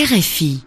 RFI.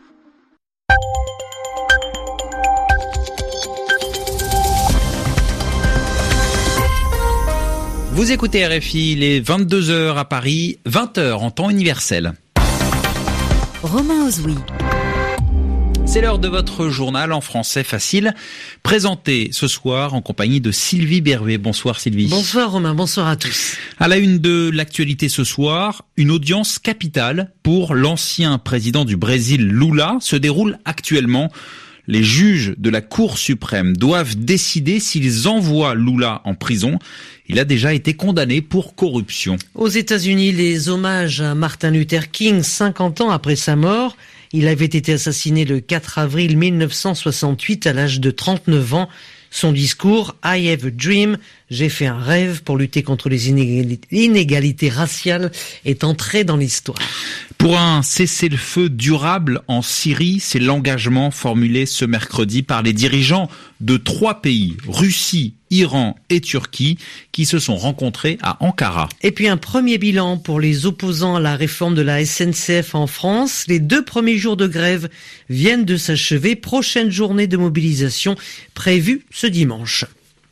Vous écoutez RFI, il est 22h à Paris, 20h en temps universel. Romain Ozoui. C'est l'heure de votre journal en français facile, présenté ce soir en compagnie de Sylvie Berruet. Bonsoir Sylvie. Bonsoir Romain, bonsoir à tous. À la une de l'actualité ce soir, une audience capitale pour l'ancien président du Brésil, Lula, se déroule actuellement. Les juges de la Cour suprême doivent décider s'ils envoient Lula en prison. Il a déjà été condamné pour corruption. Aux États-Unis, les hommages à Martin Luther King, 50 ans après sa mort. Il avait été assassiné le 4 avril 1968 à l'âge de 39 ans. Son discours « I have a dream », j'ai fait un rêve pour lutter contre les inégalités raciales, est entré dans l'histoire. Pour un cessez-le-feu durable en Syrie, c'est l'engagement formulé ce mercredi par les dirigeants de 3 pays, Russie, Iran et Turquie, qui se sont rencontrés à Ankara. Et puis un premier bilan pour les opposants à la réforme de la SNCF en France. Les 2 premiers jours de grève viennent de s'achever. Prochaine journée de mobilisation prévue ce dimanche.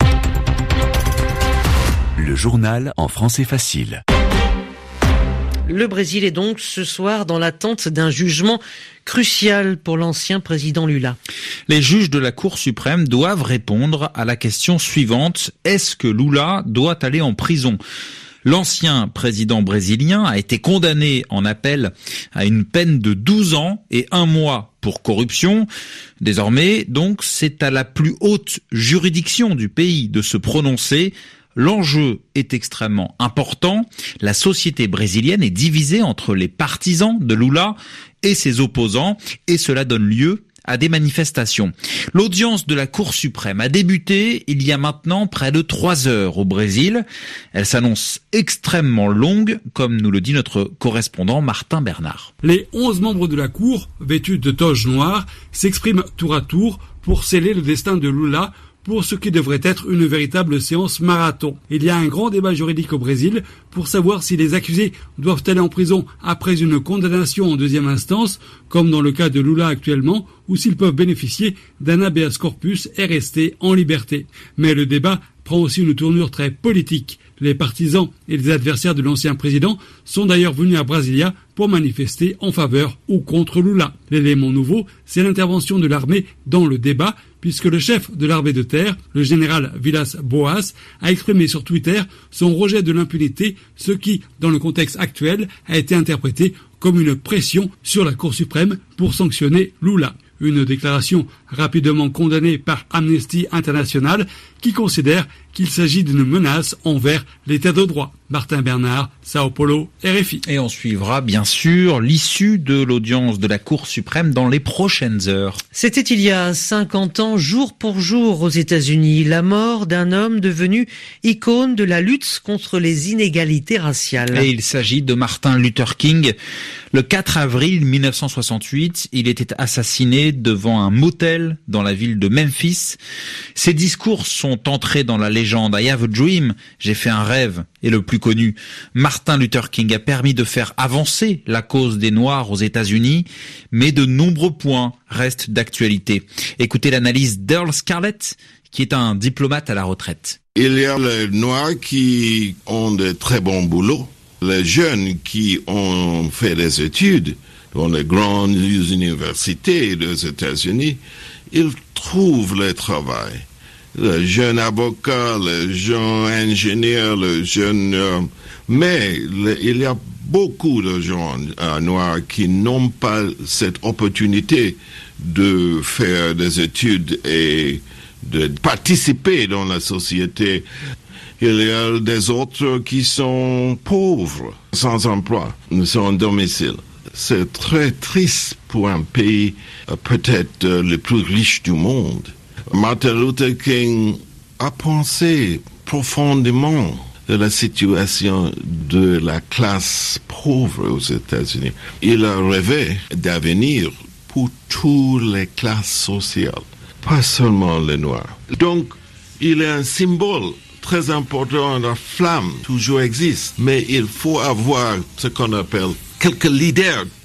Le journal en français facile. Le Brésil est donc ce soir dans l'attente d'un jugement crucial pour l'ancien président Lula. Les juges de la Cour suprême doivent répondre à la question suivante. Est-ce que Lula doit aller en prison ? L'ancien président brésilien a été condamné en appel à une peine de 12 ans et 1 mois pour corruption. Désormais, donc, c'est à la plus haute juridiction du pays de se prononcer. L'enjeu est extrêmement important. La société brésilienne est divisée entre les partisans de Lula et ses opposants, et cela donne lieu à des manifestations. L'audience de la Cour suprême a débuté il y a maintenant près de 3 heures au Brésil. Elle s'annonce extrêmement longue, comme nous le dit notre correspondant Martin Bernard. Les 11 membres de la Cour, vêtus de toges noires, s'expriment tour à tour pour sceller le destin de Lula, pour ce qui devrait être une véritable séance marathon. Il y a un grand débat juridique au Brésil pour savoir si les accusés doivent aller en prison après une condamnation en 2e instance, comme dans le cas de Lula actuellement, ou s'ils peuvent bénéficier d'un habeas corpus et rester en liberté. Mais le débat prend aussi une tournure très politique. Les partisans et les adversaires de l'ancien président sont d'ailleurs venus à Brasilia pour manifester en faveur ou contre Lula. L'élément nouveau, c'est l'intervention de l'armée dans le débat, puisque le chef de l'armée de terre, le général Vilas-Boas, a exprimé sur Twitter son rejet de l'impunité, ce qui, dans le contexte actuel, a été interprété comme une pression sur la Cour suprême pour sanctionner Lula. Une déclaration rapidement condamnée par Amnesty International qui considère qu'il s'agit d'une menace envers l'état de droit. Martin Bernard, Sao Paulo, RFI. Et on suivra bien sûr l'issue de l'audience de la Cour suprême dans les prochaines heures. C'était il y a 50 ans, jour pour jour aux États-Unis, la mort d'un homme devenu icône de la lutte contre les inégalités raciales. Et il s'agit de Martin Luther King. Le 4 avril 1968, il était assassiné devant un motel dans la ville de Memphis. Ses discours sont entrés dans la légende. I have a dream, j'ai fait un rêve, est le plus connu. Martin Luther King a permis de faire avancer la cause des Noirs aux États-Unis, mais de nombreux points restent d'actualité. Écoutez l'analyse d'Earl Scarlett, qui est un diplomate à la retraite. Il y a les Noirs qui ont de très bons boulots, les jeunes qui ont fait des études dans les grandes universités des États-Unis, ils trouvent le travail. Les jeunes avocats, les jeunes ingénieurs, les jeunes... mais il y a beaucoup de gens noirs qui n'ont pas cette opportunité de faire des études et de participer dans la société. Il y a des autres qui sont pauvres, sans emploi, sans domicile. C'est très triste pour un pays peut-être le plus riche du monde. Martin Luther King a pensé profondément de la situation de la classe pauvre aux États-Unis. Il a rêvé d'avenir pour toutes les classes sociales, pas seulement les Noirs. Donc, il est un symbole très important. La flamme toujours existe, mais il faut avoir ce qu'on appelle quelques leaders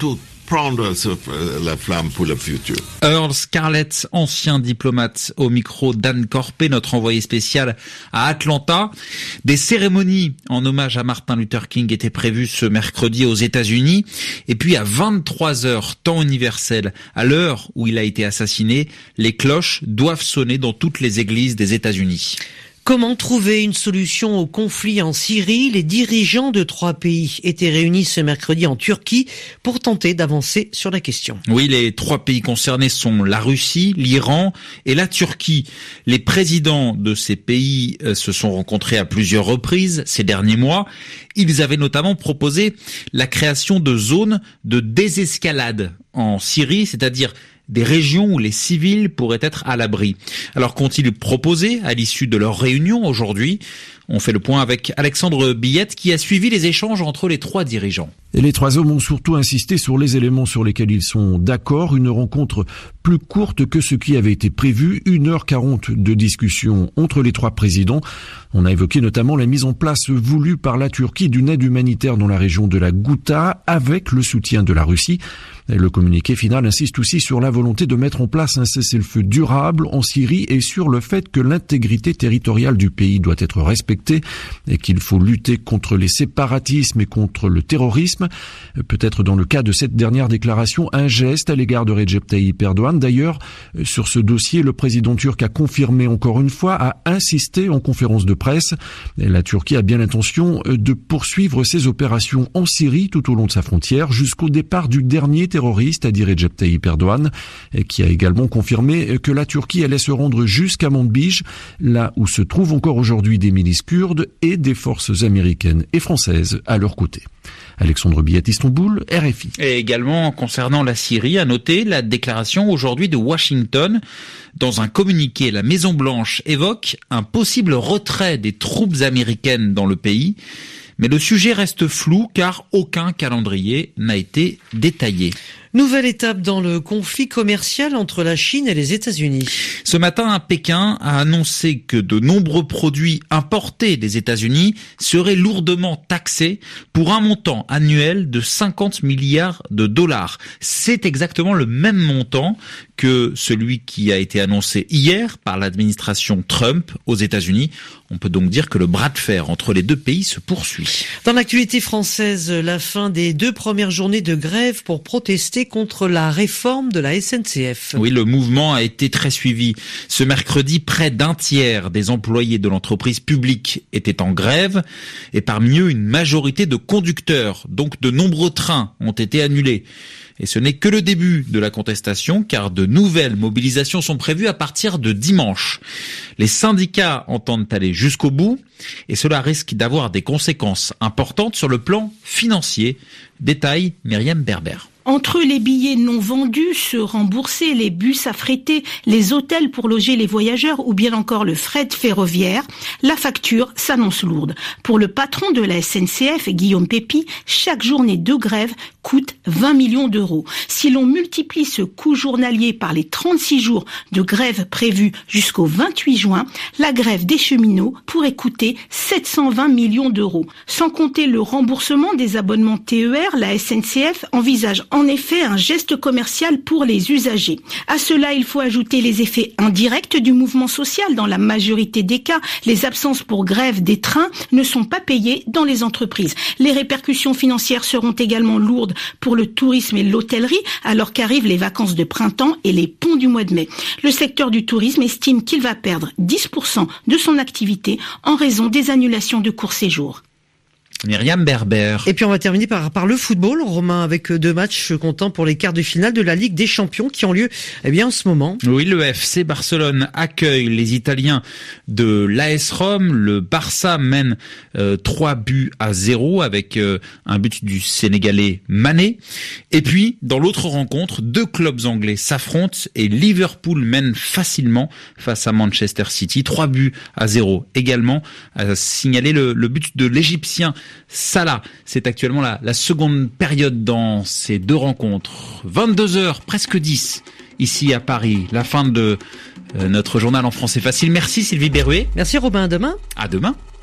prendre la flamme pour le futur. Earl Scarlett, ancien diplomate, au micro d'Anne Corpé, notre envoyé spécial à Atlanta. Des cérémonies en hommage à Martin Luther King étaient prévues ce mercredi aux États-Unis. Et puis à 23h, temps universel, à l'heure où il a été assassiné, les cloches doivent sonner dans toutes les églises des États-Unis. Comment trouver une solution au conflit en Syrie ? Les dirigeants de 3 pays étaient réunis ce mercredi en Turquie pour tenter d'avancer sur la question. Oui, les 3 pays concernés sont la Russie, l'Iran et la Turquie. Les présidents de ces pays se sont rencontrés à plusieurs reprises ces derniers mois. Ils avaient notamment proposé la création de zones de désescalade en Syrie, c'est-à-dire des régions où les civils pourraient être à l'abri. Alors qu'ont-ils proposé à l'issue de leur réunion aujourd'hui ? On fait le point avec Alexandre Billette qui a suivi les échanges entre les 3 dirigeants. Et les 3 hommes ont surtout insisté sur les éléments sur lesquels ils sont d'accord. Une rencontre plus courte que ce qui avait été prévu. 1h40 de discussion entre les 3 présidents. On a évoqué notamment la mise en place voulue par la Turquie d'une aide humanitaire dans la région de la Ghouta avec le soutien de la Russie. Et le communiqué final insiste aussi sur la volonté de mettre en place un cessez-le-feu durable en Syrie et sur le fait que l'intégrité territoriale du pays doit être respectée et qu'il faut lutter contre les séparatismes et contre le terrorisme. Peut-être dans le cas de cette dernière déclaration, un geste à l'égard de Recep Tayyip Erdogan. D'ailleurs, sur ce dossier, le président turc a confirmé encore une fois, a insisté en conférence de presse. Et la Turquie a bien l'intention de poursuivre ses opérations en Syrie tout au long de sa frontière jusqu'au départ du dernier terroriste, a dit Recep Tayyip Erdogan, qui a également confirmé que la Turquie allait se rendre jusqu'à Manbij, là où se trouvent encore aujourd'hui des milices kurdes et des forces américaines et françaises à leur côté. Alexandre Billette, Istanbul, RFI. Et également, concernant la Syrie, à noter la déclaration aujourd'hui de Washington. Dans un communiqué, la Maison-Blanche évoque un possible retrait des troupes américaines dans le pays. Mais le sujet reste flou car aucun calendrier n'a été détaillé. Nouvelle étape dans le conflit commercial entre la Chine et les États-Unis. Ce matin, Pékin a annoncé que de nombreux produits importés des États-Unis seraient lourdement taxés pour un montant annuel de 50 milliards de dollars. C'est exactement le même montant que celui qui a été annoncé hier par l'administration Trump aux États-Unis. On peut donc dire que le bras de fer entre les 2 pays se poursuit. Dans l'actualité française, la fin des 2 premières journées de grève pour protester contre la réforme de la SNCF. Oui, le mouvement a été très suivi. Ce mercredi, près d'un tiers des employés de l'entreprise publique étaient en grève et parmi eux, une majorité de conducteurs. Donc de nombreux trains ont été annulés. Et ce n'est que le début de la contestation car de nouvelles mobilisations sont prévues à partir de dimanche. Les syndicats entendent aller jusqu'au bout et cela risque d'avoir des conséquences importantes sur le plan financier. Détail Myriam Berber. Entre les billets non vendus, ceux remboursés, les bus affrétés, les hôtels pour loger les voyageurs ou bien encore le fret ferroviaire, la facture s'annonce lourde. Pour le patron de la SNCF, Guillaume Pépi, chaque journée de grève coûte 20 millions d'euros. Si l'on multiplie ce coût journalier par les 36 jours de grève prévus jusqu'au 28 juin, la grève des cheminots pourrait coûter 720 millions d'euros. Sans compter le remboursement des abonnements TER, la SNCF envisage en effet un geste commercial pour les usagers. À cela, il faut ajouter les effets indirects du mouvement social. Dans la majorité des cas, les absences pour grève des trains ne sont pas payées dans les entreprises. Les répercussions financières seront également lourdes pour le tourisme et l'hôtellerie, alors qu'arrivent les vacances de printemps et les ponts du mois de mai. Le secteur du tourisme estime qu'il va perdre 10% de son activité en raison des annulations de courts séjours. Myriam Berber. Et puis on va terminer par le football, Romain, avec 2 matchs comptants pour les quarts de finale de la Ligue des Champions qui ont lieu en ce moment. Oui, le FC Barcelone accueille les Italiens de l'AS Rome. Le Barça mène 3-0 avec un but du Sénégalais Mané. Et puis, dans l'autre rencontre, 2 clubs anglais s'affrontent et Liverpool mène facilement face à Manchester City. 3-0 également. A signalé le but de l'Égyptien Salah. C'est actuellement la seconde période dans ces 2 rencontres. 22h, presque 10, ici à Paris. La fin de notre journal en français facile. Merci Sylvie Berruet. Merci Robin, à demain. À demain.